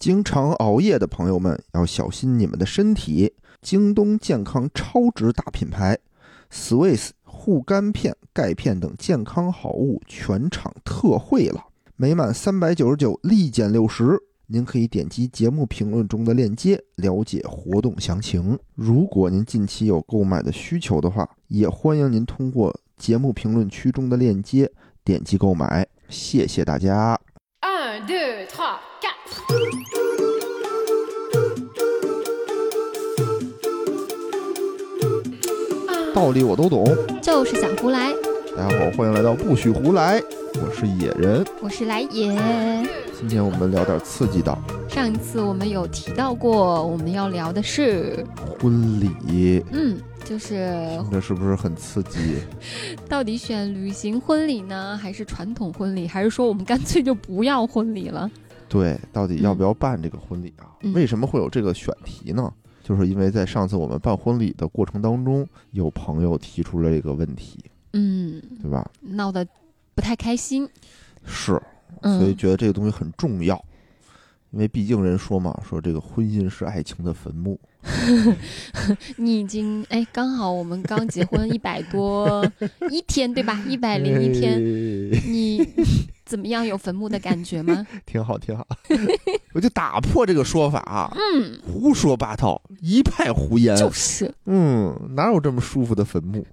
经常熬夜的朋友们要小心你们的身体。京东健康超值大品牌 Swiss 护肝片、钙片等健康好物全场特惠了，每满399立减60。您可以点击节目评论中的链接了解活动详情。如果您近期有购买的需求的话，也欢迎您通过节目评论区中的链接点击购买。谢谢大家。 1, 2, 3, 4。 道理我都懂， 就是想胡来。 大家好，欢迎来到不许胡来，我是野人， 我是来也。 今天我们聊点刺激的。 上一次我们有提到过，我们要聊的是婚礼。 就是这是不是很刺激？ 到底选旅行婚礼呢，还是传统婚礼，还是说我们干脆就不要婚礼了？ 对，到底要不要办这个婚礼啊？为什么会有这个选题呢？就是因为在上次我们办婚礼的过程当中，有朋友提出了这个问题，对吧？ 闹得不太开心， 是，所以觉得这个东西很重要，因为毕竟人说嘛，说这个婚姻是爱情的坟墓。 你已经刚好我们刚结婚100多一天，对吧？101天，你怎么样？有坟墓的感觉吗？ 挺好，挺好。我就打破这个说法，胡说八道，一派胡言。 就是， 哪有这么舒服的坟墓？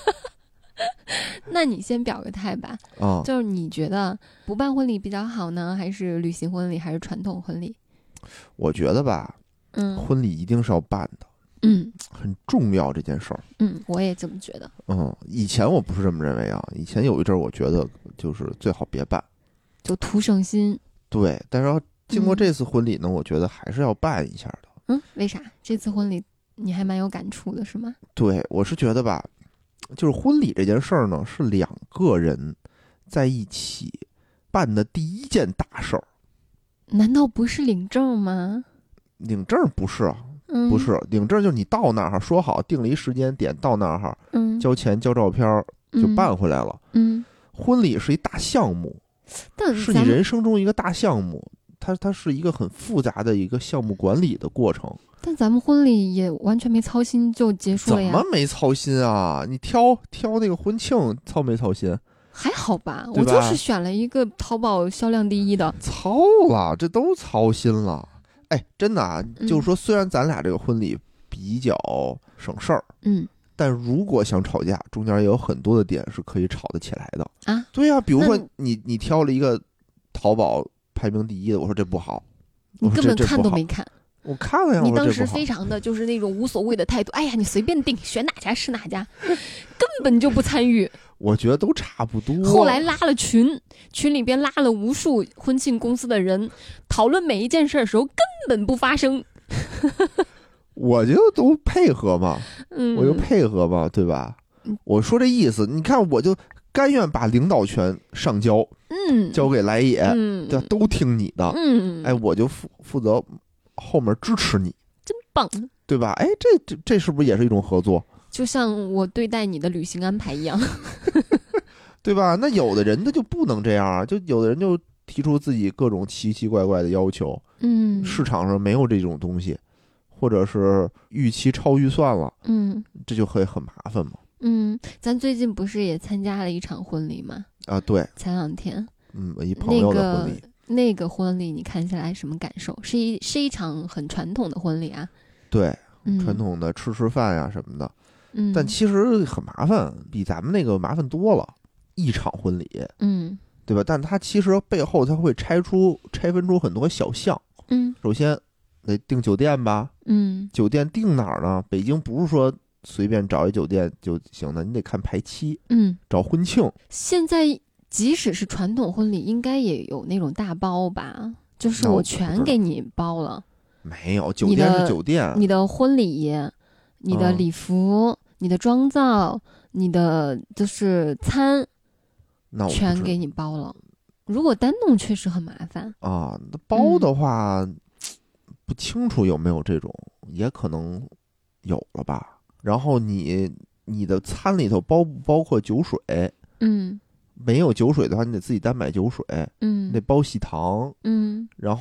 那你先表个态吧。就是你觉得不办婚礼比较好呢，还是旅行婚礼，还是传统婚礼？ 我觉得吧，婚礼一定是要办的。很重要这件事儿。 我也这么觉得。 以前我不是这么认为啊，以前有一阵儿我觉得就是最好别办， 就图省心。对， 但是经过这次婚礼呢，我觉得还是要办一下的。 为啥？这次婚礼你还蛮有感触的是吗？ 对，我是觉得吧，就是婚礼这件事儿呢，是两个人在一起办的第一件大事儿。 难道不是领证吗？ 领证不是啊。不是，领证就是你到那儿说好定了一时间点，到那儿交钱交照片就办回来了。婚礼是一大项目，是你人生中一个大项目，它是一个很复杂的一个项目管理的过程。 但咱们婚礼也完全没操心就结束了呀？ 怎么没操心啊？你挑那个婚庆操没操心？ 还好吧，我就是选了一个淘宝销量第一的。 操了，这都操心了。真的啊，就是说，虽然咱俩这个婚礼比较省事儿，但如果想吵架，中间也有很多的点是可以吵得起来的啊。对呀，比如说你挑了一个淘宝排名第一的，我说这不好， 你根本看都没看。 我看了呀， 你当时非常的就是那种无所谓的态度，哎呀，你随便定，选哪家是哪家，根本就不参与。 我觉得都差不多。 后来拉了群里边拉了无数婚庆公司的人，讨论每一件事的时候根本不发声。 我就都配合嘛，对吧？我说这意思，你看我就甘愿把领导权上交，交给来也，对吧？都听你的，我就负责后面支持你， 真棒， 对吧？这是不是也是一种合作？ 就像我对待你的旅行安排一样。 对吧？那有的人他就不能这样啊，就有的人就提出自己各种奇奇怪怪的要求，市场上没有这种东西，或者是预期超预算了，这就会很麻烦嘛。 咱最近不是也参加了一场婚礼吗？ 啊，对， 前2天， 一朋友的婚礼。 那个婚礼你看下来什么感受？是一场很传统的婚礼啊。 对，传统的吃饭呀什么的。但其实很麻烦，比咱们那个麻烦多了。一场婚礼，对吧？但它其实背后它会拆分出很多小项。首先得订酒店吧。酒店订哪儿呢？北京不是说随便找一酒店就行的，你得看排期。找婚庆。现在即使是传统婚礼，应该也有那种大包吧？就是我全给你包了。 没有，酒店是酒店。 你的婚礼，你的礼服，你的妆造，你的就是餐。全给你包了。如果单弄确实很麻烦啊。那包的话，不清楚有没有这种，也可能有了吧。然后你的餐里头包不包括酒水？没有酒水的话，你得自己单买酒水。得包喜糖。然后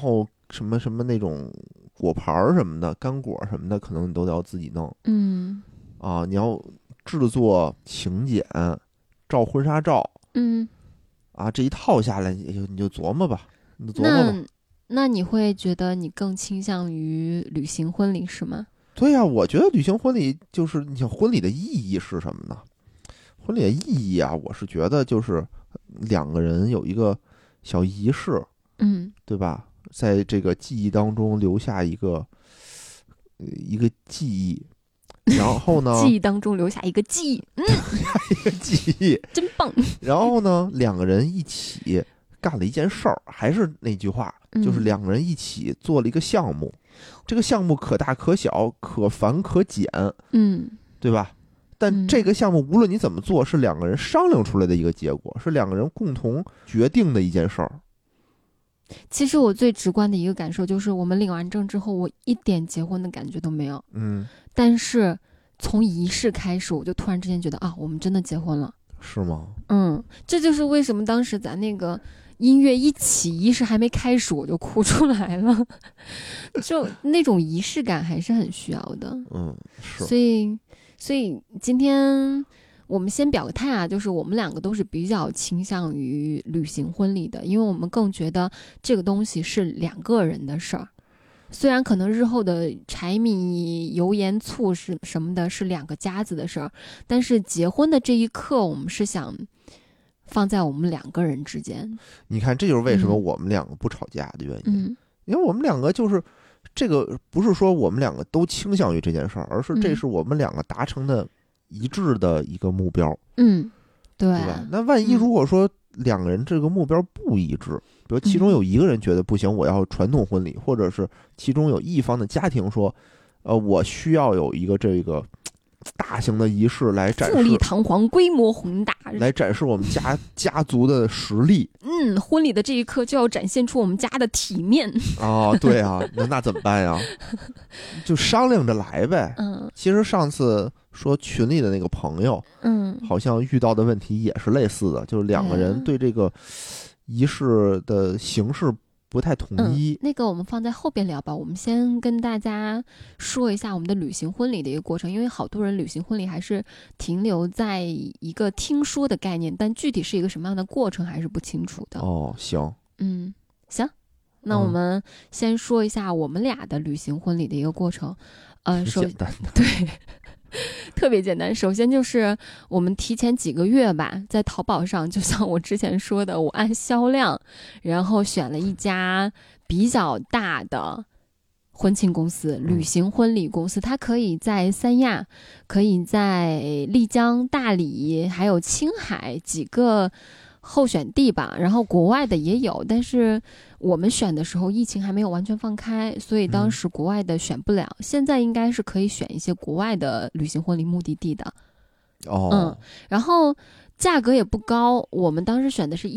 什么什么那种果盘什么的，干果什么的，可能你都得要自己弄。你要制作请柬、照婚纱照，这一套下来，你就琢磨吧， 那你会觉得你更倾向于旅行婚礼是吗？ 对呀，我觉得旅行婚礼就是你想婚礼的意义是什么呢？婚礼的意义啊，我是觉得就是两个人有一个小仪式，对吧？在这个记忆当中留下一个记忆，然后呢， 记忆当中留下一个记忆， 一个记忆， 真棒。 然后呢，两个人一起干了一件事儿，还是那句话，就是两个人一起做了一个项目，这个项目可大可小，可繁可简，对吧？但这个项目无论你怎么做，是两个人商量出来的一个结果，是两个人共同决定的一件事儿。 其实我最直观的一个感受就是，我们领完证之后，我一点结婚的感觉都没有。但是从仪式开始，我就突然之间觉得我们真的结婚了。 是吗？ 这就是为什么当时咱那个音乐一起，仪式还没开始，我就哭出来了。就那种仪式感还是很需要的。 是。 所以今天我们先表个态啊，就是我们两个都是比较倾向于旅行婚礼的，因为我们更觉得这个东西是两个人的事儿。虽然可能日后的柴米油盐醋是什么的，是两个家子的事儿，但是结婚的这一刻，我们是想放在我们两个人之间。 你看，这就是为什么我们两个不吵架的原因。因为我们两个就是这个，不是说我们两个都倾向于这件事儿，而是这是我们两个达成的一致的一个目标。对吧？那万一如果说两个人这个目标不一致，比如其中有一个人觉得不行，我要传统婚礼，或者是其中有一方的家庭说，我需要有一个这个大型的仪式来展示， 富丽堂皇、规模宏大， 来展示我们家族的实力。 婚礼的这一刻就要展现出我们家的体面。 对啊，那怎么办呀？就商量着来呗。其实上次说群里的那个朋友，好像遇到的问题也是类似的，就是两个人对这个仪式的形式不太统一。 那个我们放在后边聊吧，我们先跟大家说一下我们的旅行婚礼的一个过程，因为好多人旅行婚礼还是停留在一个听说的概念，但具体是一个什么样的过程还是不清楚的。 行。 行，那我们先说一下我们俩的旅行婚礼的一个过程。 简单的。 对。特别简单，首先就是我们提前几个月吧，在淘宝上，就像我之前说的，我按销量，然后选了一家比较大的婚庆公司，旅行婚礼公司，它可以在三亚，可以在丽江、大理，还有青海几个候选地吧，然后国外的也有，但是我们选的时候疫情还没有完全放开，所以当时国外的选不了。现在应该是可以选一些国外的旅行婚礼目的地的。然后价格也不高，我们当时选的是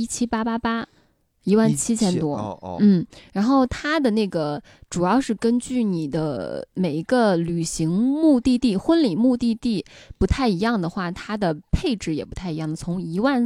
17888。17000多。然后它的那个主要是根据你的每一个旅行目的地、婚礼目的地不太一样的话，它的配置也不太一样的，从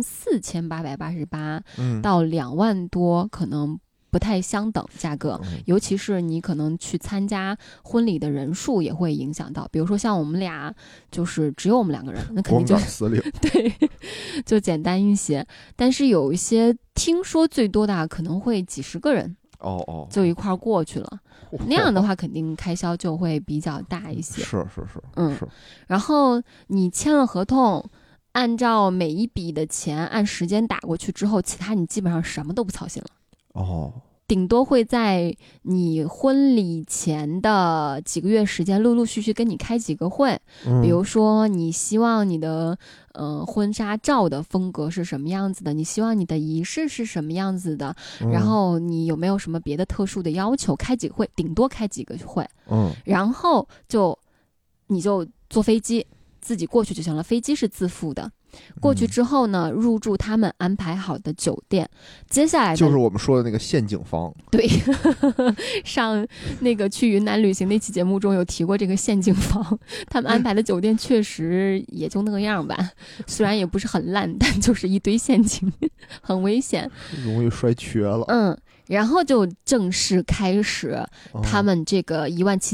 14888到2万多，可能不太相等价格，尤其是你可能去参加婚礼的人数也会影响到，比如说像我们俩就是只有我们两个人，那肯定就对，就简单一些。但是有一些听说最多的可能会几十个人就一块过去了，那样的话肯定开销就会比较大一些。 是。 然后你签了合同，按照每一笔的钱按时间打过去之后，其他你基本上什么都不操心了。顶多会在你婚礼前的几个月时间陆陆续续跟你开几个会，比如说你希望你的婚纱照的风格是什么样子的，你希望你的仪式是什么样子的，然后你有没有什么别的特殊的要求，开几个会，顶多开几个会，然后你就坐飞机自己过去就行了，飞机是自付的。过去之后呢，入住他们安排好的酒店，接下来就是我们说的那个陷阱房。 对，上那个去云南旅行那期节目中有提过这个陷阱房，他们安排的酒店确实也就那个样吧，虽然也不是很烂，但就是一堆陷阱，很危险， 容易摔瘸了。 然后就正式开始他们这个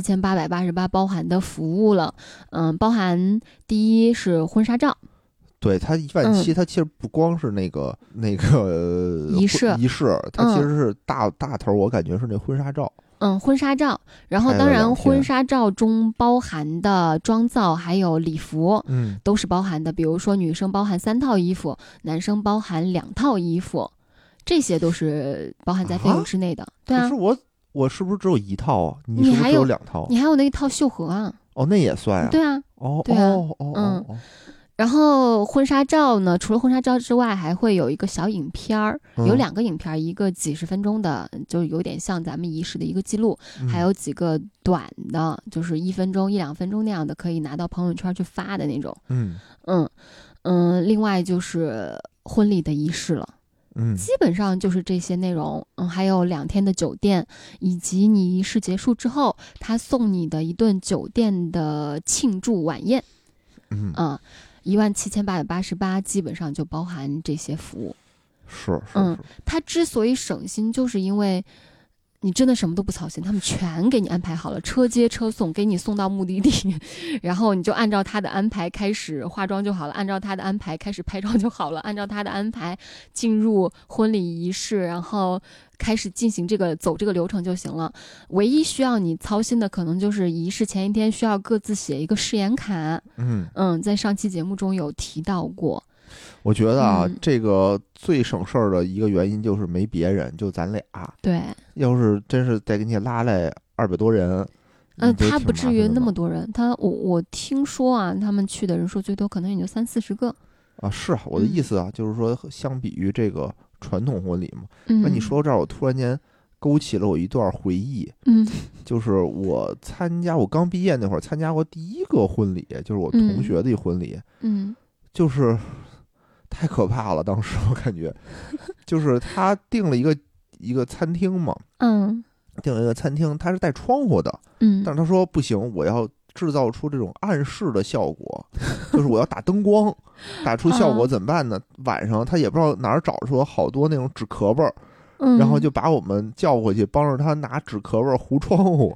17888包含的服务了。包含第一是婚纱照。 对，它17000，它其实不光是那个仪式，它其实是大头，我感觉是那婚纱照。 婚纱照，然后当然婚纱照中包含的妆造还有礼服，都是包含的。比如说女生包含3套衣服，男生包含2套衣服，这些都是包含在费用之内的。对啊， 可是我是不是只有1套啊？你是不是只有2套？ 你还有那一套绣荷啊？ 哦，那也算啊？ 对啊，对啊，然后婚纱照呢，除了婚纱照之外，还会有一个小影片儿，有2个影片，一个几十分钟的，就有点像咱们仪式的一个记录，还有几个短的，就是1分钟、1-2分钟那样的，可以拿到朋友圈去发的那种。另外就是婚礼的仪式了。基本上就是这些内容。还有2天的酒店，以及你仪式结束之后，他送你的一顿酒店的庆祝晚宴。17888基本上就包含这些服务。 是。 他之所以省心，就是因为你真的什么都不操心，他们全给你安排好了，车接车送，给你送到目的地，然后你就按照他的安排开始化妆就好了，按照他的安排开始拍照就好了，按照他的安排进入婚礼仪式，然后开始进行走这个流程就行了。唯一需要你操心的可能就是仪式前一天需要各自写一个誓言卡。在上期节目中有提到过。 我觉得啊，这个最省事儿的一个原因就是没别人，就咱俩。 对， 要是真是再给你拉来200多人， 他不至于那么多人。我听说啊，他们去的人数最多可能也就30-40个。 是我的意思啊，就是说相比于这个传统婚礼嘛，那你说到这儿，我突然间勾起了我一段回忆。就是我刚毕业那会儿参加过第一个婚礼，就是我同学的一婚礼。就是太可怕了，当时我感觉，就是他订了一个餐厅嘛，订了一个餐厅，他是带窗户的，但是他说不行，我要制造出这种暗示的效果，就是我要打灯光，打出效果怎么办呢？晚上他也不知道哪儿找出好多那种纸壳儿，然后就把我们叫回去，帮着他拿纸壳儿糊窗户，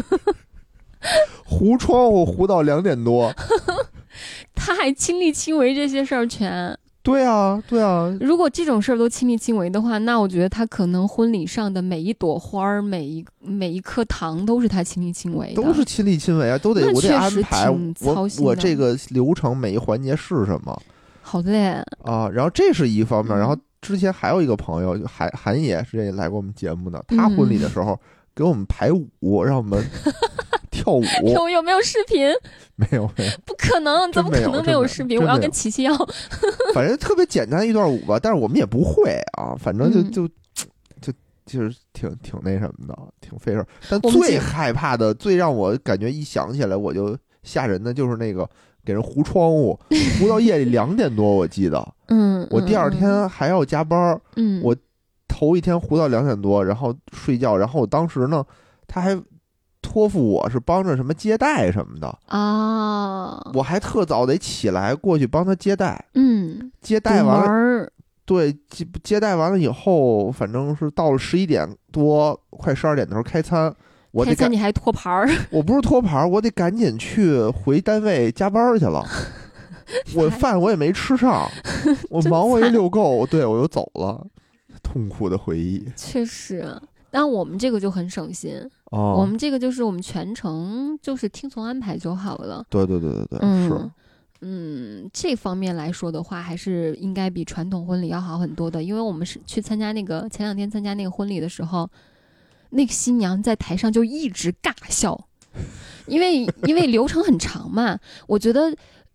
糊窗户糊到2点多。 他还亲力亲为这些事儿全。 对啊。 如果这种事儿都亲力亲为的话，那我觉得他可能婚礼上的每一朵花、每一颗糖都是他亲力亲为的。都是亲力亲为啊，我得安排我这个流程每一环节是什么。 好累啊！然后这是一方面，然后之前还有一个朋友，韩爷之前也来过我们节目的，他婚礼的时候给我们排舞，让我们跳舞。 有没有视频？ 没有， 不可能，怎么可能没有视频？我要跟琪琪要。 反正特别简单一段舞吧，但是我们也不会啊，反正就是挺那什么的，挺费事。但最害怕的，最让我感觉一想起来我就吓人的，就是那个给人糊窗户，糊到夜里2点多，我记得。我第2天还要加班。我头一天糊到2点多，然后睡觉，然后我当时呢，他还托付我是帮着什么接待什么的我还特早得起来过去帮他接待。接待完了，对，接待完了以后，反正是到了11点多，快12点的时候开餐。 开餐你还托盘儿？ 我不是托盘儿，我得赶紧去回单位加班去了。我饭我也没吃上，我忙活一溜够，对我又走了。痛苦的回忆。确实。但我们这个就很省心。我们这个就是我们全程就是听从安排就好了。 对，是。 这方面来说的话，还是应该比传统婚礼要好很多的。因为我们是去参加前2天参加那个婚礼的时候，那个新娘在台上就一直尬笑，因为流程很长嘛。我觉得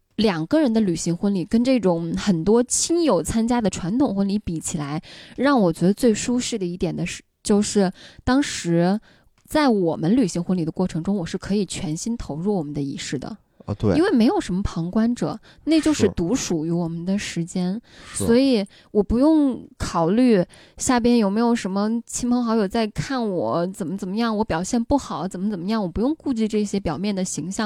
2个人的旅行婚礼跟这种很多亲友参加的传统婚礼比起来，让我觉得最舒适的一点的是。就是当时在我们旅行婚礼的过程中，我是可以全心投入我们的仪式的。 对， 因为没有什么旁观者，那就是独属于我们的时间，所以我不用考虑下边有没有什么亲朋好友在看我怎么样，我表现不好怎么样，我不用顾及这些表面的形象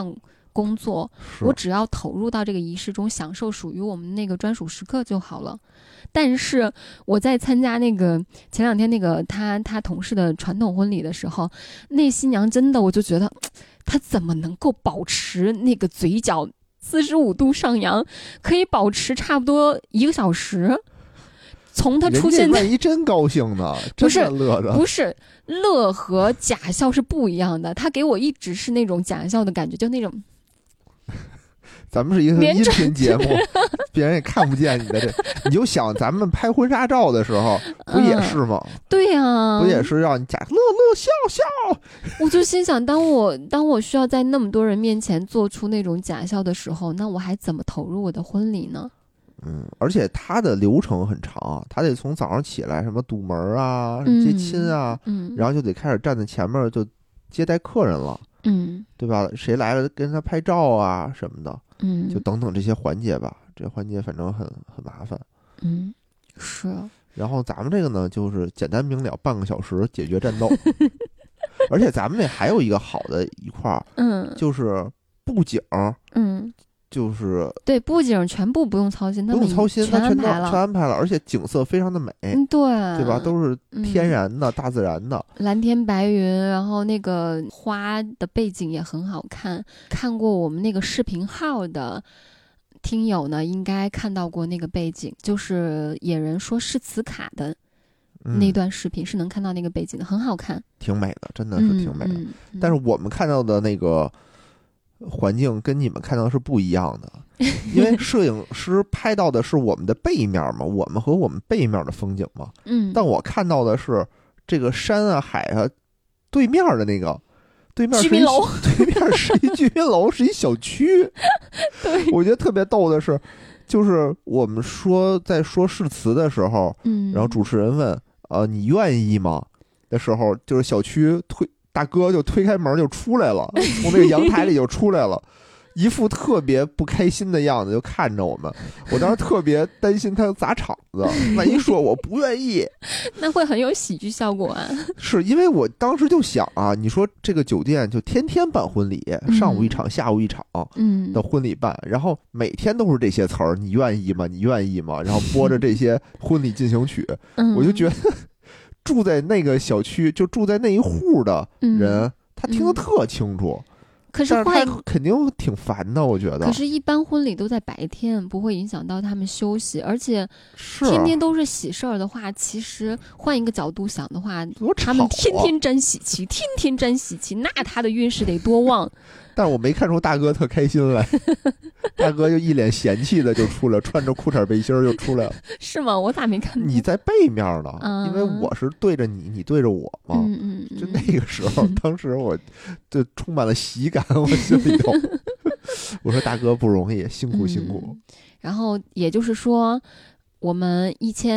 工作， 是我只要投入到这个仪式中，享受属于我们那个专属时刻就好了。但是我在参加那个前2天那个他同事的传统婚礼的时候，那新娘真的我就觉得她怎么能够保持那个嘴角45度上扬，可以保持差不多1个小时。从他出现在， 万一真高兴呢？ 不是真的乐着， 不是乐和假笑是不一样的。他给我一直是那种假笑的感觉，就那种。 咱们是一个音频节目，别人也看不见你的这。你就想咱们拍婚纱照的时候，不也是吗？ 对呀， 不也是让你假乐乐笑笑？ 我就心想，当我需要在那么多人面前做出那种假笑的时候，那我还怎么投入我的婚礼呢？ 而且他的流程很长，他得从早上起来什么堵门啊、接亲啊，然后就得开始站在前面就接待客人了，对吧？谁来了跟他拍照啊什么的，就等等这些环节吧。这环节反正很麻烦， 是。 然后咱们这个呢，就是简单明了，半个小时解决战斗。而且咱们这还有一个好的一块，就是布景，就是对布景全部不用操心， 不用操心， 全安排了，而且景色非常的美，对吧？都是天然的、大自然的， 蓝天白云，然后那个花的背景也很好看。看过我们那个视频号的听友呢，应该看到过那个背景，就是野人说诗词卡的那段视频，是能看到那个背景的，很好看， 挺美的，真的是挺美的。但是我们看到的那个环境跟你们看到的是不一样的，因为摄影师拍到的是我们的背面嘛，我们和我们背面的风景嘛。但我看到的是这个山啊、海啊，对面的那个，对面是居民楼，对面是一居民楼，是一小区。对，我觉得特别逗的是，就是我们在说誓词的时候，然后主持人问你愿意吗的时候，就是小区大哥就推开门就出来了，从那个阳台里就出来了，一副特别不开心的样子，就看着我们。我当时特别担心他砸场子，万一说我不愿意， 那会很有喜剧效果啊。 是因为我当时就想啊，你说这个酒店就天天办婚礼，上午一场，下午一场的婚礼办，然后每天都是这些词儿，你愿意吗？你愿意吗？然后播着这些婚礼进行曲，我就觉得。住在那个小区，就住在那一户的人，他听得特清楚。 可是他肯定挺烦的，我觉得。 可是，一般婚礼都在白天，不会影响到他们休息，而且天天都是喜事儿的话，其实换一个角度想的话，他们天天沾喜气，天天沾喜气，那他的运势得多旺。 但是我没看出大哥特开心来，大哥就一脸嫌弃的就出来，穿着裤衩背心就出来了。 是吗？我咋没看到？ 你在背面呢，因为我是对着你，你对着我嘛。就那个时候，当时我就充满了喜感，我心里头。我说大哥不容易，辛苦辛苦。 然后也就是说，我们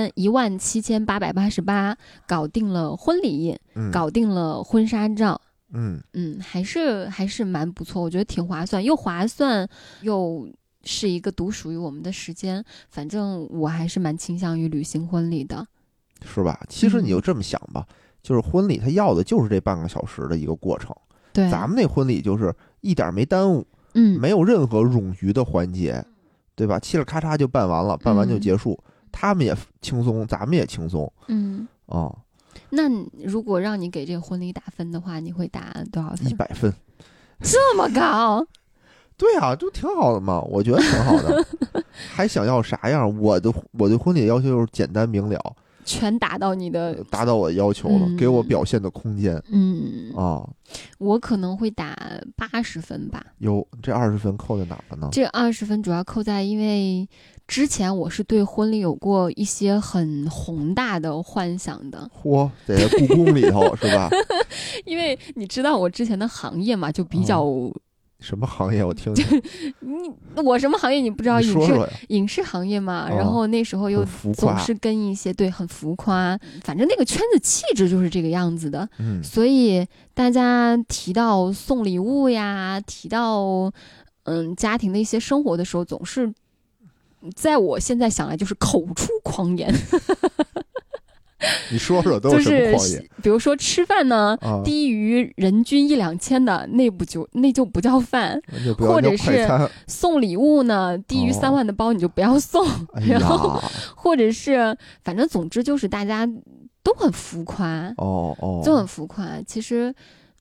17888搞定了婚礼，搞定了婚纱照。还是蛮不错，我觉得挺划算，又划算又是一个独属于我们的时间。反正我还是蛮倾向于旅行婚礼的， 是吧？其实你就这么想吧，就是婚礼它要的就是这半个小时的一个过程。 对， 咱们那婚礼就是一点没耽误，没有任何冗余的环节，对吧？嘁哩咔嚓就办完了，办完就结束，他们也轻松，咱们也轻松。 那如果让你给这个婚礼打分的话，你会打多少分 ？100分， 这么高？ 对啊，就挺好的嘛，我觉得挺好的。还想要啥样？我对婚礼要求就是简单明了， 全达到我的要求了，给我表现的空间。 我可能会打80分吧。 哟，这20分扣在哪儿了呢？ 这20分主要扣在因为。之前我是对婚礼有过一些很宏大的幻想的， 在故宫里头是吧？ 因为你知道我之前的行业嘛，就比较什么行业？我听听。 我什么行业你不知道？影视行业嘛。然后那时候又总是跟一些很浮夸，反正那个圈子气质就是这个样子的。所以大家提到送礼物呀，提到家庭的一些生活的时候，总是。在我现在想来就是口出狂言你说说都有就什么是狂野比如说吃饭呢， 啊？ 低于人均1-2千的那就不叫饭， 那就不要或者叫快餐。 送礼物呢，低于3万的包你就不要送， 哎然后呀， 或者是反正总之就是大家都很浮夸，都很浮夸。其实，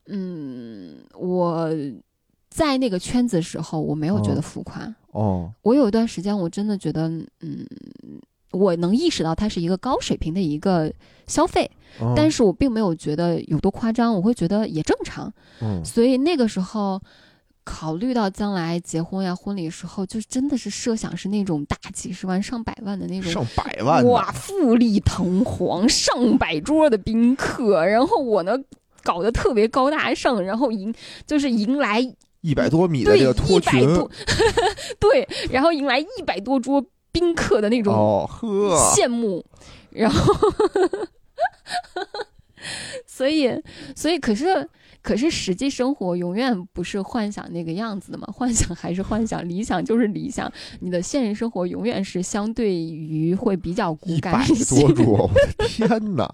我在那个圈子的时候，我没有觉得浮夸。我有一段时间我真的觉得，我能意识到它是一个高水平的一个消费，但是我并没有觉得有多夸张，我会觉得也正常。所以那个时候考虑到将来结婚呀、婚礼的时候，就真的是设想是那种大几十万、上百万的那种， 上百万的哇，富丽堂皇，上百桌的宾客，然后我呢搞得特别高大上，然后迎来 100多米的这个托裙， 对，然后迎来100多桌宾客的那种羡慕，然后所以可是实际生活永远不是幻想那个样子的嘛，幻想还是幻想，理想就是理想，你的现实生活永远是相对于会比较骨感一些。 100多桌，我的天哪！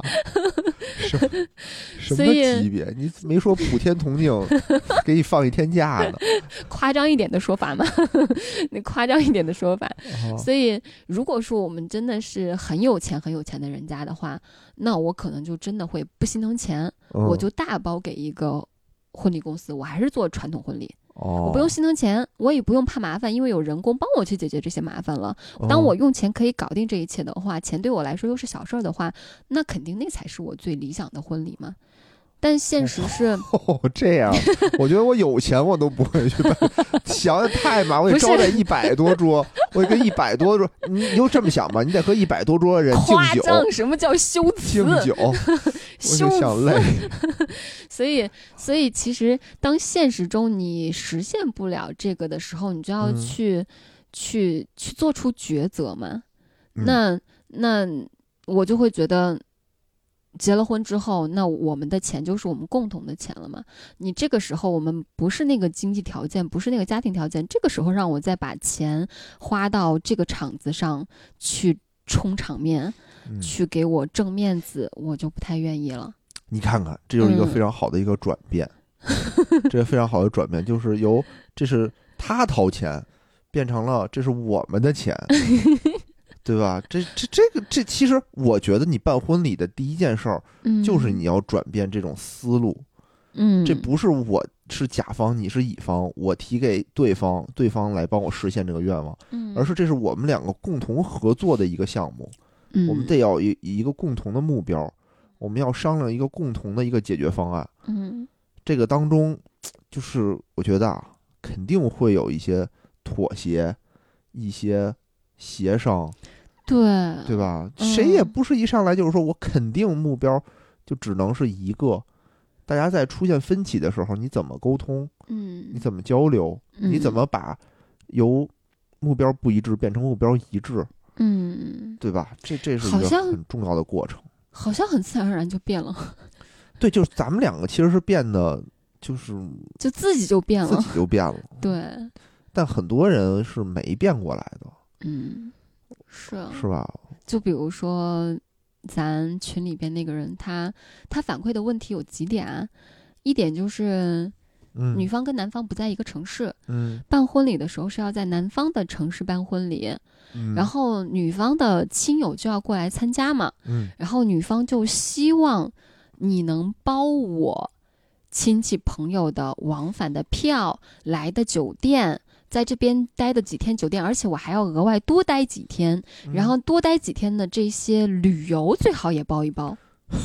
什么级别？你没说普天同庆给你放1天假呢？ 夸张一点的说法嘛，那夸张一点的说法。所以如果说我们真的是很有钱的人家的话，那我可能就真的会不心疼钱，我就大包给一个婚礼公司，我还是做传统婚礼。我不用心疼钱，我也不用怕麻烦，因为有人工帮我去解决这些麻烦了。当我用钱可以搞定这一切的话，钱对我来说又是小事儿的话，那肯定那才是我最理想的婚礼嘛。但现实是这样，我觉得我有钱我都不会去办，想的太麻烦，我得招待100多桌，我跟100多桌，你就这么想吧，你得和100多桌的人敬酒。 夸张，什么叫修辞？ 敬酒，我就想累。 所以其实当现实中你实现不了这个的时候，你就要去做出抉择嘛。那我就会觉得，结了婚之后，那我们的钱就是我们共同的钱了嘛。你这个时候我们不是那个经济条件，不是那个家庭条件，这个时候让我再把钱花到这个场子上去充场面，去给我挣面子，我就不太愿意了。 你看看，这就是一个非常好的一个转变，这个非常好的转变就是由这是他掏钱，变成了这是我们的钱。对吧？这其实我觉得你办婚礼的第一件事儿，就是你要转变这种思路。这不是我是甲方，你是乙方，我提给对方，对方来帮我实现这个愿望，而是这是我们两个共同合作的一个项目。我们得要以一个共同的目标，我们要商量一个共同的一个解决方案。这个当中，就是我觉得肯定会有一些妥协，一些协商。对吧？谁也不是一上来就是说我肯定目标就只能是一个，大家在出现分歧的时候，你怎么沟通？你怎么交流？你怎么把由目标不一致变成目标一致？对吧？这是一个很重要的过程， 好像很自然而然就变了。 对，就是咱们两个其实是变得就自己就变了， 对， 但很多人是没变过来的。 是吧？ 就比如说咱群里边那个人，他反馈的问题有几点啊？一点就是女方跟男方不在一个城市，办婚礼的时候是要在男方的城市办婚礼，然后女方的亲友就要过来参加嘛，然后女方就希望你能包我亲戚朋友的往返的票，来的酒店，在这边待的几天酒店，而且我还要额外多待几天，然后多待几天的这些旅游最好也包一包。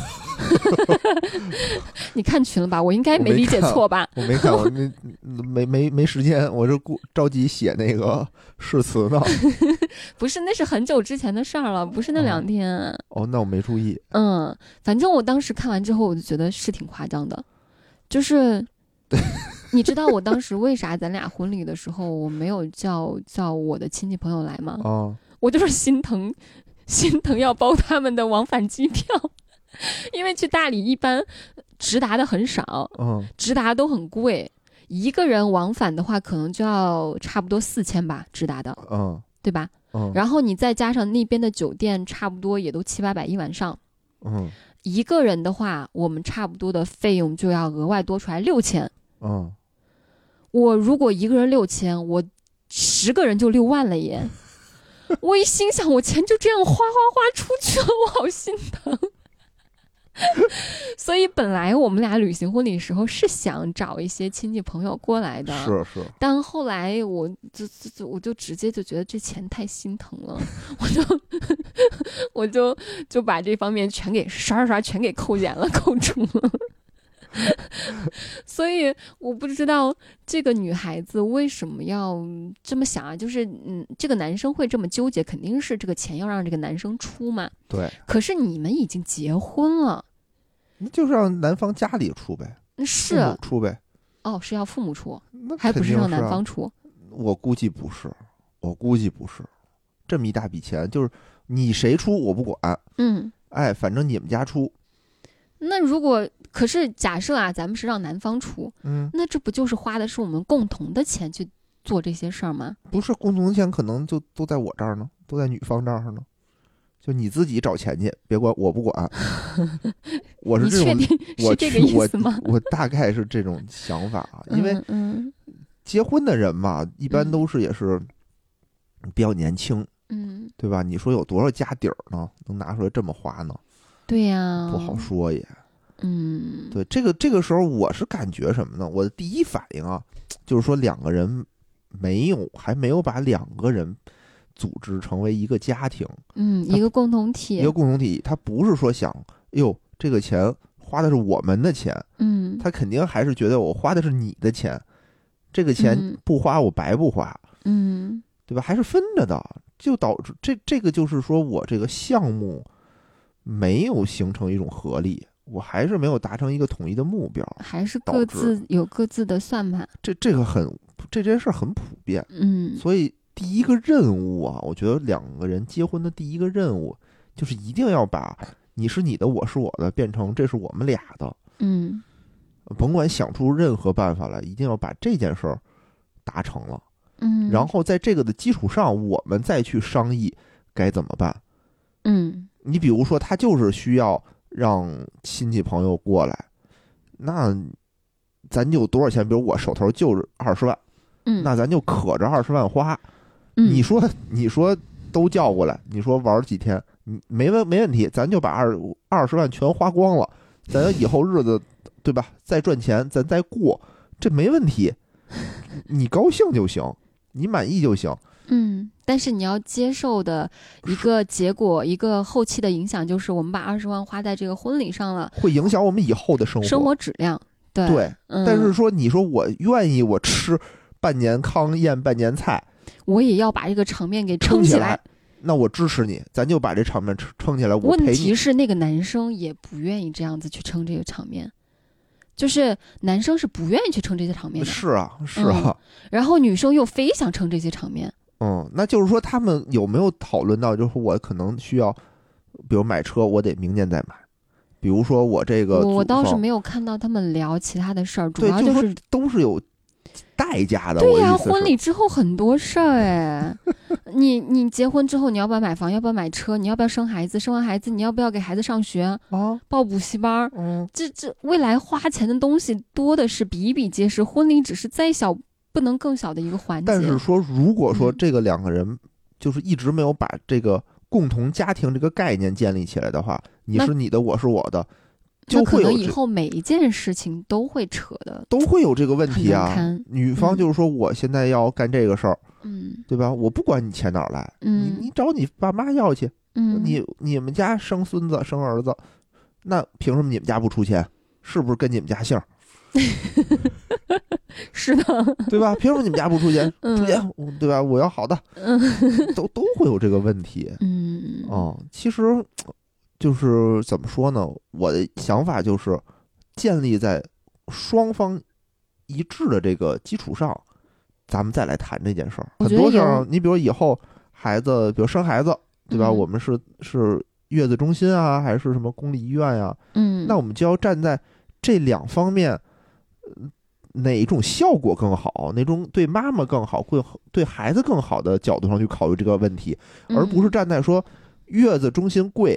你看群了吧？我应该没理解错吧？ 我没看，我没时间，我是着急写那个誓词呢。 不是，那是很久之前的事儿了，不是那2天。 那我没注意。 反正我当时看完之后，我就觉得是挺夸张的，就是你知道我当时为啥咱俩婚礼的时候我没有叫我的亲戚朋友来吗？我就是心疼要包他们的往返机票。因为去大理一般直达的很少，直达都很贵，一个人往返的话可能就要差不多4000吧，直达的，对吧？然后你再加上那边的酒店，差不多也都700-800一晚上， 一个人的话，我们差不多的费用就要额外多出来6000。我如果一个人6000，我10个人就6万了耶。我一心想，我钱就这样花出去了，我好心疼。所以本来我们俩履行婚礼时候是想找一些亲戚朋友过来的， 是， 但后来我就直接就觉得这钱太心疼了，我就把这方面全给刷全给扣减了，扣除了。所以我不知道这个女孩子为什么要这么想啊？就是这个男生会这么纠结，肯定是这个钱要让这个男生出嘛。 对。 可是你们已经结婚了， 那就是让男方家里出呗， 是父母出呗。 哦，是要父母出， 那还不是让男方出？ 我估计不是，这么一大笔钱，就是你谁出我不管。反正你们家出。 那如果可是假设啊，咱们是让男方出，那这不就是花的是我们共同的钱去做这些事儿吗？ 不是，共同的钱可能就都在我这儿呢，都在女方这儿呢。就你自己找钱去，别管，我不管。我是这种， 你确定是这个意思吗？ 我大概是这种想法啊，因为结婚的人嘛，一般都是也是比较年轻，对吧？你说有多少家底儿呢？能拿出来这么花呢？ 对呀， 不好说也。对，这个时候我是感觉什么呢？我的第一反应啊，就是说两个人还没有把两个人组织成为一个家庭， 一个共同体， 他不是说想，这个钱花的是我们的钱，他肯定还是觉得我花的是你的钱，这个钱不花我白不花，对吧？还是分着的，就导致这个就是说我这个项目没有形成一种合力，我还是没有达成一个统一的目标， 还是各自有各自的算盘。这件事很普遍，所以第一个任务啊，我觉得两个人结婚的第一个任务就是一定要把你是你的，我是我的变成这是我们俩的，甭管想出任何办法来，一定要把这件事儿达成了，然后在这个的基础上，我们再去商议该怎么办。你比如说他就是需要让亲戚朋友过来，那咱就有多少钱？比如我手头就是20万，那咱就可着20万花。你说都叫过来，你说玩几天，没问题，咱就把20万全花光了，咱以后日子对吧？再赚钱咱再过，这没问题。你高兴就行，你满意就行。 但是你要接受的一个结果，一个后期的影响，就是我们把20万花在这个婚礼上了， 会影响我们以后的生活质量。对， 但是说你说我愿意，我吃半年糠咽半年菜， 我也要把这个场面给撑起来。 那我支持你，咱就把这场面撑起来。我陪你。 问题是那个男生也不愿意这样子去撑这个场面。就是男生是不愿意去撑这些场面的。 是啊。 然后女生又非想撑这些场面。 那就是说他们有没有讨论到，就是我可能需要，比如买车，我得明年再买。比如说我这个， 我倒是没有看到他们聊其他的事儿，主要就是都是有代价的。 对呀，婚礼之后很多事儿哎，你结婚之后你要不要买房，要不要买车，你要不要生孩子，生完孩子你要不要给孩子上学报补习班，这未来花钱的东西多的是比比皆是，婚礼只是再小不能更小的一个环节。 但是说如果说这个两个人就是一直没有把这个共同家庭这个概念建立起来的话，你是你的我是我的，就会有可能以后每一件事情都会扯的， 都会有这个问题啊。女方就是说我现在要干这个事儿，对吧？我不管你钱哪儿来，你找你爸妈要去，你们家生孙子生儿子，那凭什么你们家不出钱？是不是跟你们家姓？ 是的， 对吧？凭什么你们家不出钱？出钱，对吧？我要好的，都会有这个问题。其实就是怎么说呢？我的想法就是建立在双方一致的这个基础上，咱们再来谈这件事儿。很多时候，你比如以后孩子，比如生孩子，对吧？我们是月子中心啊，还是什么公立医院呀？那我们就要站在这两方面。哪一种效果更好，哪种对妈妈更好，对孩子更好的角度上去考虑这个问题，而不是站在说月子中心贵，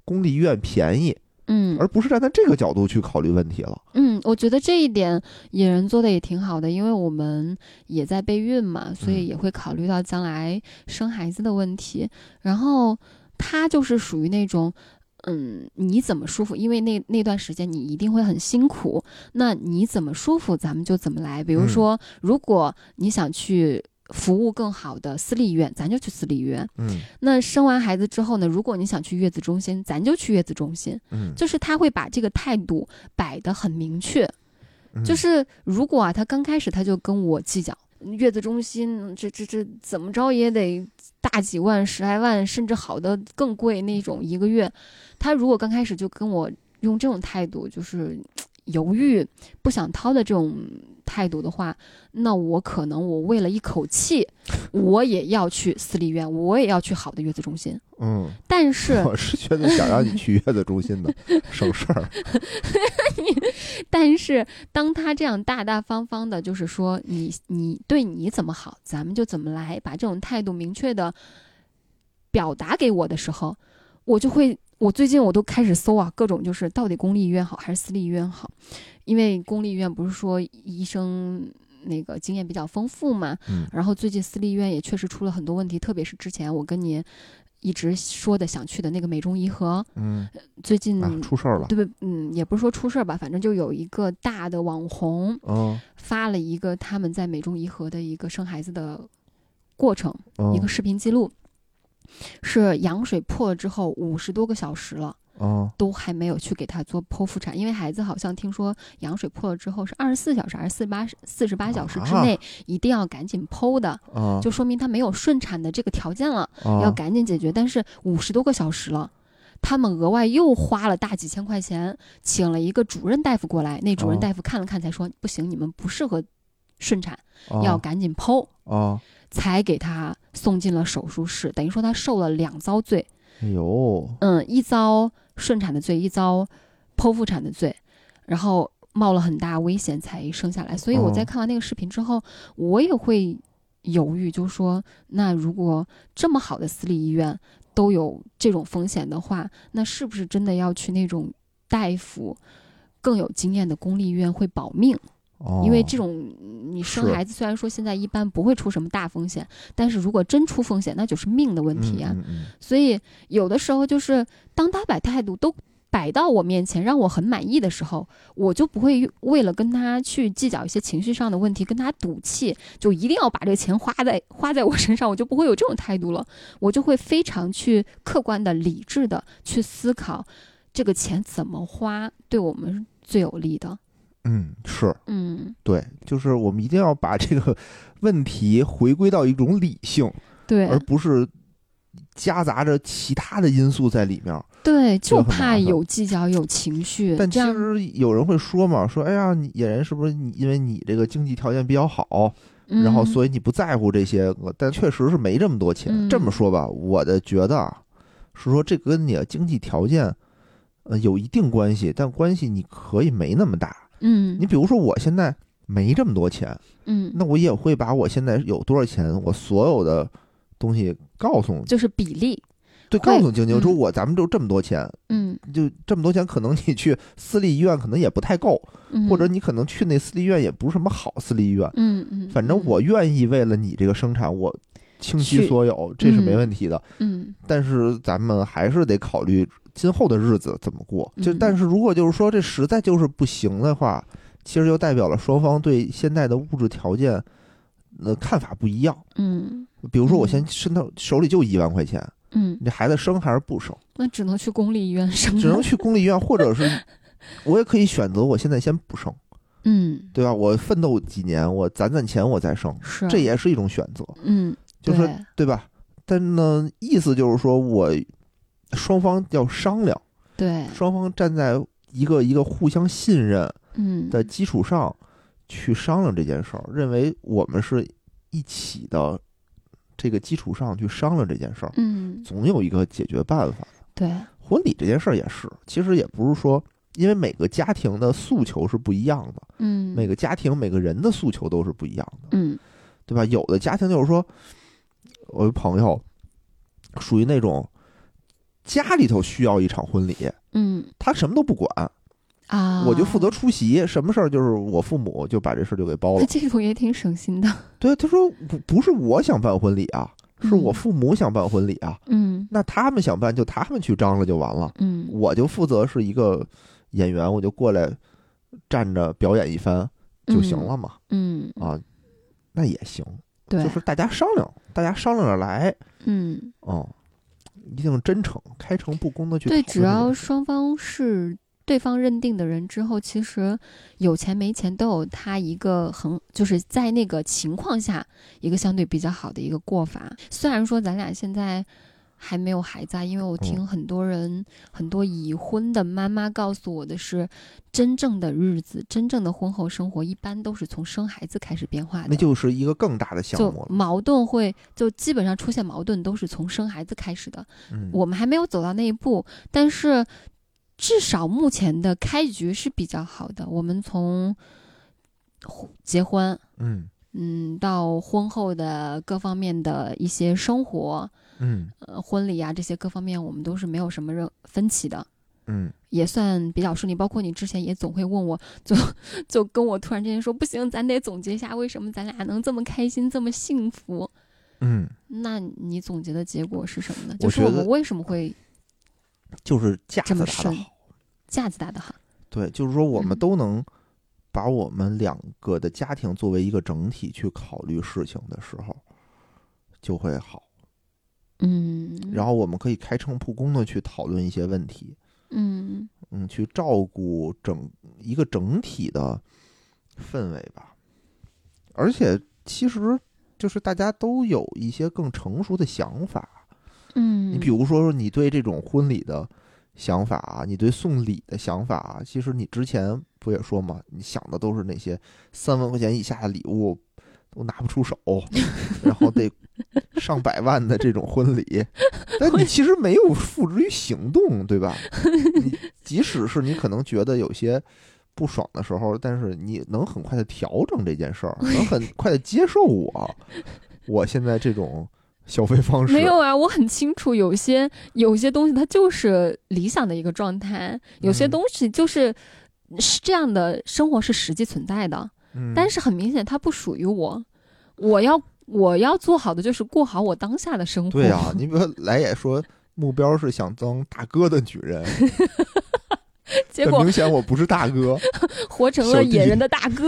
公立医院便宜，而不是站在这个角度去考虑问题了。 我觉得这一点野人做的也挺好的，因为我们也在备孕嘛，所以也会考虑到将来生孩子的问题。然后他就是属于那种你怎么舒服，因为那段时间你一定会很辛苦，那你怎么舒服咱们就怎么来。比如说如果你想去服务更好的私立医院，咱就去私立医院。那生完孩子之后呢，如果你想去月子中心，咱就去月子中心。就是他会把这个态度摆得很明确。就是如果他刚开始他就跟我计较月子中心这怎么着也得大几万、10来万，甚至好的更贵那种一个月，他如果刚开始就跟我用这种态度，就是犹豫不想掏的这种态度的话，那我可能我为了一口气我也要去私立医院，我也要去好的月子中心。但是我是觉得想让你去月子中心的省事儿。 但是当他这样大大方方的就是说你对你怎么好咱们就怎么来，把这种态度明确的表达给我的时候，我最近我都开始搜各种就是到底公立医院好还是私立医院好。因为公立医院不是说医生那个经验比较丰富嘛，然后最近私立医院也确实出了很多问题，特别是之前我跟你一直说的想去的那个美中宜和，最近出事儿了。 对，也不是说出事儿吧，反正就有一个大的网红发了一个他们在美中宜和的一个生孩子的过程，一个视频记录，是羊水破了之后50多个小时了。都还没有去给他做剖腹产，因为孩子好像听说羊水破了之后是24小时还是48小时之内一定要赶紧剖的，就说明他没有顺产的这个条件了，要赶紧解决。但是50多个小时了，他们额外又花了大几千块钱请了一个主任大夫过来，那主任大夫看了看才说不行，你们不适合顺产，要赶紧剖，才给他送进了手术室，等于说他受了2遭罪。 哎呦， 一遭顺产的罪，一遭剖腹产的罪，然后冒了很大危险才生下来。所以我在看完那个视频之后，我也会犹豫，就说那如果这么好的私立医院都有这种风险的话，那是不是真的要去那种大夫更有经验的公立医院会保命？因为这种你生孩子虽然说现在一般不会出什么大风险，但是如果真出风险那就是命的问题啊。所以有的时候就是当他把态度都摆到我面前让我很满意的时候，我就不会为了跟他去计较一些情绪上的问题跟他赌气，就一定要把这个钱花在我身上，我就不会有这种态度了。我就会非常去客观的理智的去思考这个钱怎么花对我们最有利的。 是，对，就是我们一定要把这个问题回归到一种理性， 对， 而不是夹杂着其他的因素在里面。 对，就怕有计较有情绪。 但其实有人会说嘛，说哎呀，你野人是不是因为你这个经济条件比较好，然后所以你不在乎这些个？但确实是没这么多钱。这么说吧，我的觉得是说这跟你的经济条件有一定关系，但关系你可以没那么大。你比如说我现在没这么多钱，那我也会把我现在有多少钱，我所有的东西告诉你， 就是比例， 对，告诉晶晶说咱们就这么多钱，就这么多钱，可能你去私立医院可能也不太够，或者你可能去那私立医院也不是什么好私立医院，反正我愿意为了你这个生产，我倾其所有，这是没问题的，但是咱们还是得考虑今后的日子怎么过。但是如果就是说这实在就是不行的话，其实就代表了双方对现在的物质条件看法不一样。比如说我先伸到手里就1万块钱，你这孩子生还是不生？ 那只能去公立医院生， 只能去公立医院，或者是我也可以选择我现在先不生，对吧？我奋斗几年，我攒钱我再生，这也是一种选择。就是对吧？但呢，意思就是说我双方要商量， 对， 双方站在一个互相信任的基础上去商量这件事儿，认为我们是一起的这个基础上去商量这件事儿，总有一个解决办法。 对， 婚礼这件事儿也是，其实也不是说，因为每个家庭的诉求是不一样的，每个家庭每个人的诉求都是不一样的，对吧？有的家庭就是说，我有朋友属于那种家里头需要一场婚礼，他什么都不管啊， 我就负责出席，什么事儿就是我父母就把这事儿就给包了。 这种也挺省心的。 对，他说不是我想办婚礼啊，是我父母想办婚礼啊。那他们想办就他们去张罗就完了。我就负责是一个演员，我就过来站着表演一番就行了嘛。那也行。 对， 就是大家商量着来。一定真诚、开诚布公的去讨论。 对，只要双方是对方认定的人之后，其实有钱没钱都有他一个就是在那个情况下一个相对比较好的一个过法。虽然说咱俩现在还没有孩子，因为我听很多人、很多已婚的妈妈告诉我的是，真正的日子、真正的婚后生活一般都是从生孩子开始变化的。 那就是一个更大的项目了。 就矛盾就基本上出现矛盾都是从生孩子开始的。我们还没有走到那一步，但是至少目前的开局是比较好的。我们从结婚，到婚后的各方面的一些生活，婚礼啊这些各方面，我们都是没有什么分歧的。也算比较顺利。包括你之前也总会问我，就跟我突然之间说，不行，咱得总结一下为什么咱俩能这么开心，这么幸福。那你总结的结果是什么呢？就是我们为什么会就是架子打得好， 架子打得好。 对，就是说我们都能把我们两个的家庭作为一个整体去考虑事情的时候，就会好。然后我们可以开诚布公的去讨论一些问题。去照顾一个整体的氛围吧。而且其实就是大家都有一些更成熟的想法。你比如说你对这种婚礼的想法，你对送礼的想法，其实你之前不也说嘛，你想的都是那些3万块钱以下的礼物都拿不出手，然后得上百万的这种婚礼，但你其实没有付之于行动，对吧？你即使是你可能觉得有些不爽的时候，但是你能很快的调整这件事儿，能很快的接受我现在这种消费方式。 没有啊，我很清楚，有些东西它就是理想的一个状态，有些东西就是这样的生活是实际存在的。但是很明显它不属于我，我要做好的就是过好我当下的生活。 对啊，你比如说来也说目标是想当大哥的女人， 结果明显我不是大哥， 活成了野人的大哥。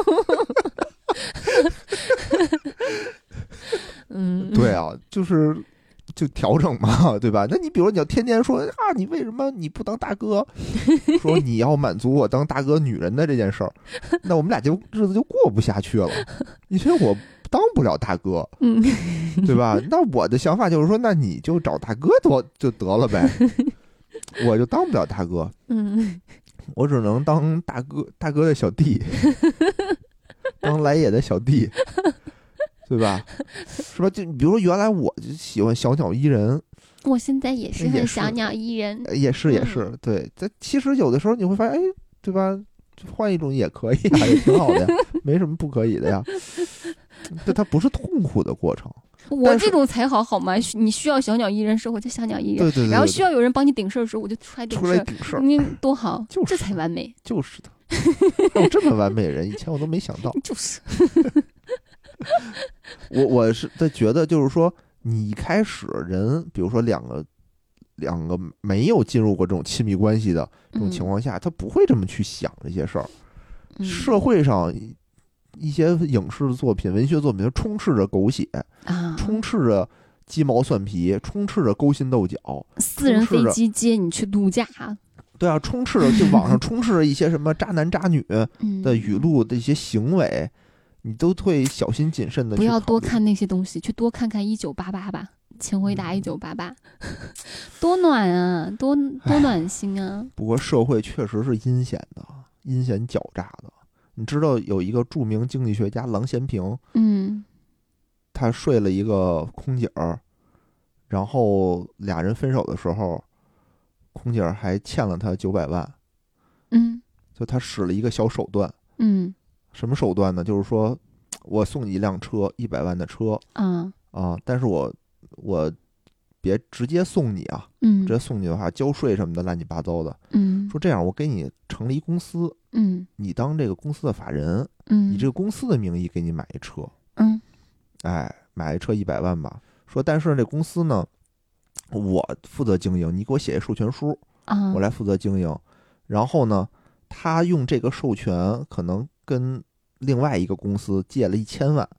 对啊，就调整嘛，对吧？那你比如你要天天说啊，你为什么你不当大哥？说你要满足我当大哥女人的这件事儿，那我们俩日子就过不下去了。因为我当不了大哥，对吧？那我的想法就是说，那你就找大哥就得了呗。我就当不了大哥，我只能当大哥的小弟，当来也的小弟。对吧？是吧？就比如说，原来我就喜欢小鸟依人， 我现在也是很小鸟依人， 也是。对，这其实有的时候你会发现，哎，对吧？换一种也可以啊，也挺好的呀，没什么不可以的呀。但它不是痛苦的过程。 我这种才好吗？你需要小鸟依人时候，我就小鸟依人； 对， 然后需要有人帮你顶事儿的时候，我就出来顶事儿。 你多好， 就是这才完美。 就是的，有这么完美的人，以前我都没想到。 就是。 我是在觉得，就是说，你一开始人，比如说两个没有进入过这种亲密关系的这种情况下，他不会这么去想这些事儿。社会上一些影视作品、文学作品，充斥着狗血，充斥着鸡毛蒜皮，充斥着勾心斗角， 私人飞机接你去度假。 对啊，充斥着就网上充斥着一些什么渣男渣女的语录的一些行为。你都会小心谨慎的， 不要多看那些东西，去多看看1988吧，请回答1988，多暖啊，多暖心啊！ 不过社会确实是阴险的，阴险狡诈的。你知道有一个著名经济学家郎咸平，他睡了一个空姐儿，然后俩人分手的时候，空姐儿还欠了他900万，就他使了一个小手段，什么手段呢？就是说我送你一辆车，100万的车，但是我别直接送你啊，直接送你的话，交税什么的乱七八糟的。说这样，我给你成立一公司，你当这个公司的法人，以这个公司的名义给你买一车，买一车100万吧。说但是这公司呢，我负责经营，你给我写一授权书，我来负责经营。然后呢，他用这个授权可能跟另外一个公司借了1000万。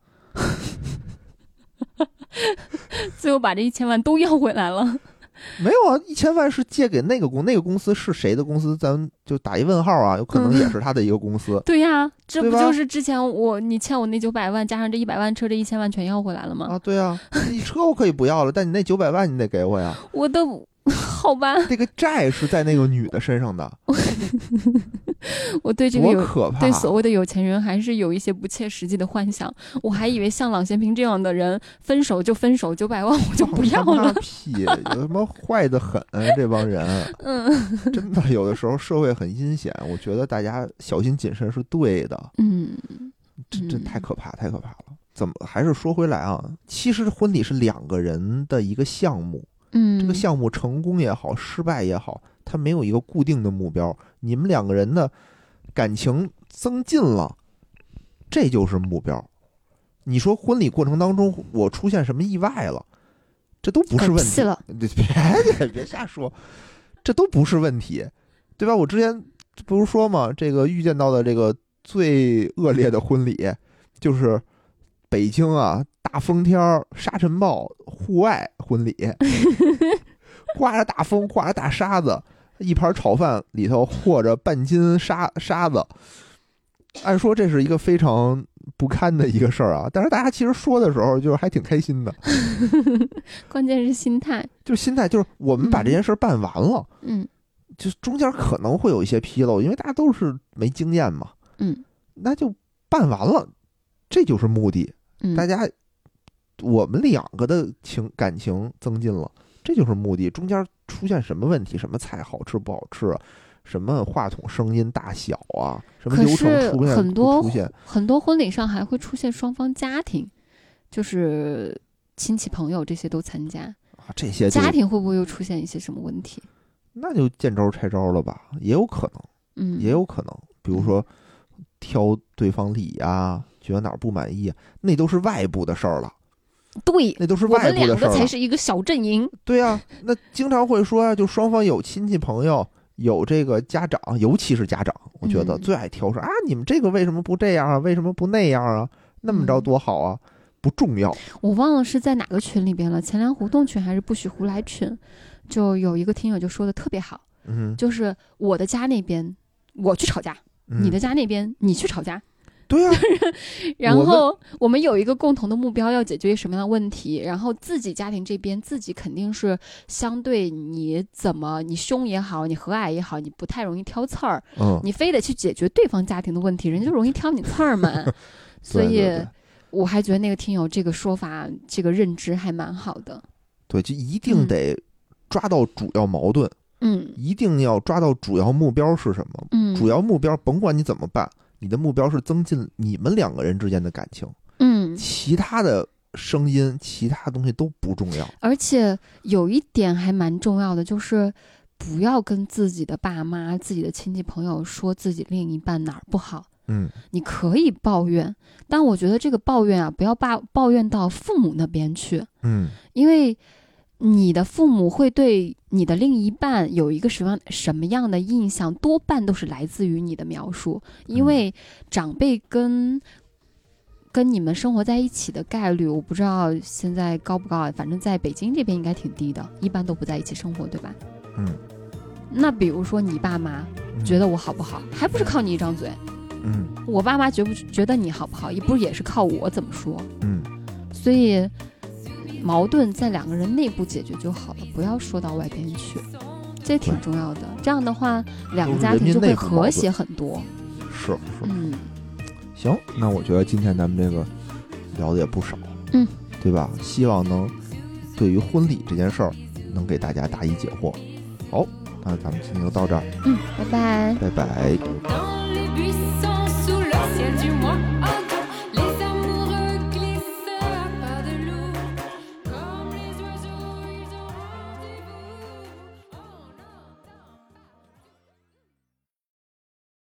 最后把这1000万都要回来了。 没有啊，1000万是借给那个公司是谁的公司，咱就打一问号啊，有可能也是他的一个公司。 对呀，这不就是之前你欠我那900万，加上这100万车，这1000万全要回来了吗？ 啊，对啊，你车我可以不要了，但你那900万你得给我呀。 我的好吧， 这个债是在那个女的身上的。 我对这个多可怕， 对所谓的有钱人还是有一些不切实际的幻想。我还以为像郎咸平这样的人，分手就分手，900万我就不要了。 屁，有什么坏的很这帮人。真的有的时候社会很阴险，我觉得大家小心谨慎是对的。这太可怕，太可怕了。怎么还是说回来啊？其实婚礼是2个人的一个项目。这个项目成功也好，失败也好，它没有一个固定的目标。你们2个人的感情增进了，这就是目标。你说婚礼过程当中我出现什么意外了，这都不是问题了。别瞎说，这都不是问题，对吧？我之前不是说嘛，这个遇见到的这个最恶劣的婚礼就是北京啊，大风天沙尘暴户外婚礼，刮着大风，刮着大沙子，一盘炒饭里头和着半斤沙子。按说这是一个非常不堪的一个事儿啊，但是大家其实说的时候就是还挺开心的。 关键是心态， 就是心态，就是我们把这件事办完了，就中间可能会有一些纰漏，因为大家都是没经验嘛，那就办完了，这就是目的。大家我们2个的感情增进了，这就是目的。中间出现什么问题，什么菜好吃不好吃啊，什么话筒声音大小啊，什么流程出现很多婚礼上还会出现双方家庭，就是亲戚朋友这些都参加这些家庭会不会又出现一些什么问题？ 那就见招拆招了吧，也有可能，也有可能。比如说挑对方理啊，觉得哪儿不满意啊，那都是外部的事儿了。 对， 那都是外部的事儿了。 我们2个才是一个小阵营。 对啊，那经常会说就双方有亲戚朋友，有这个家长，尤其是家长，我觉得最爱挑说你们这个为什么不这样啊？为什么不那样啊？那么着多好啊！不重要。 我忘了是在哪个群里边了，钱粮胡同群还是不许胡来群，就有一个听友就说的特别好，就是我的家那边我去吵架，你的家那边你去吵架。 对啊， 然后我们有一个共同的目标，要解决什么样的问题，然后自己家庭这边自己肯定是相对你凶也好，你和蔼也好，你不太容易挑刺儿，你非得去解决对方家庭的问题，人就容易挑你刺儿嘛。所以我还觉得那个听友这个说法，这个认知还蛮好的。 对，就一定得抓到主要矛盾，一定要抓到主要目标是什么，主要目标甭管你怎么办，你的目标是增进你们2个人之间的感情，其他的声音其他东西都不重要。 而且有一点还蛮重要的，就是不要跟自己的爸妈自己的亲戚朋友说自己另一半哪儿不好。你可以抱怨，但我觉得这个抱怨啊，不要抱怨到父母那边去。因为你的父母会对你的另一半有一个什么样的印象，多半都是来自于你的描述。因为长辈跟你们生活在一起的概率，我不知道现在高不高，反正在北京这边应该挺低的，一般都不在一起生活，对吧？那比如说你爸妈觉得我好不好，还不是靠你一张嘴？我爸妈觉得你好不好，也是靠我怎么说。所以矛盾在2个人内部解决就好了，不要说到外边去，这挺重要的。这样的话2个家庭就会和谐很多。 是行，那我觉得今天咱们这个聊的也不少，对吧？希望能对于婚礼这件事儿能给大家答疑解惑。好，那咱们今天就到这儿， 拜拜， 拜拜。